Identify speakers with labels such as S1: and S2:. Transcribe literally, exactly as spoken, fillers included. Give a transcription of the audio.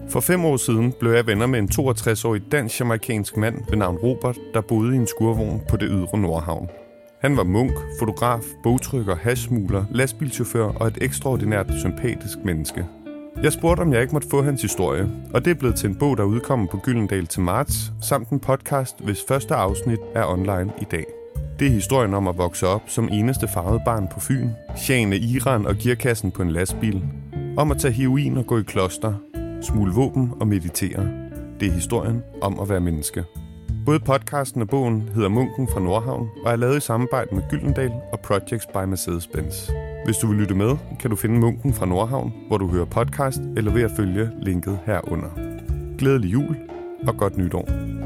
S1: For fem år siden blev jeg venner med en toogtres-årig dansk-jamaikansk mand ved navn Robert, der boede i en skurvogn på det ydre Nordhavn. Han var munk, fotograf, bogtrykker, hashsmugler, lastbilchauffør og et ekstraordinært sympatisk menneske. Jeg spurgte, om jeg ikke måtte få hans historie, og det er blevet til en bog, der udkommer på Gyldendal til marts, samt en podcast, hvis første afsnit er online i dag. Det er historien om at vokse op som eneste farvet barn på Fyn, sjagen af Iran og gearkassen på en lastbil, om at tage heroin og gå i kloster, smule våben og meditere. Det er historien om at være menneske. Både podcasten og bogen hedder Munken fra Nordhavn og er lavet i samarbejde med Gyldendal og Projects by Mercedes-Benz. Hvis du vil lytte med, kan du finde Munken fra Nordhavn, hvor du hører podcast eller ved at følge linket herunder. Glædelig jul og godt nytår.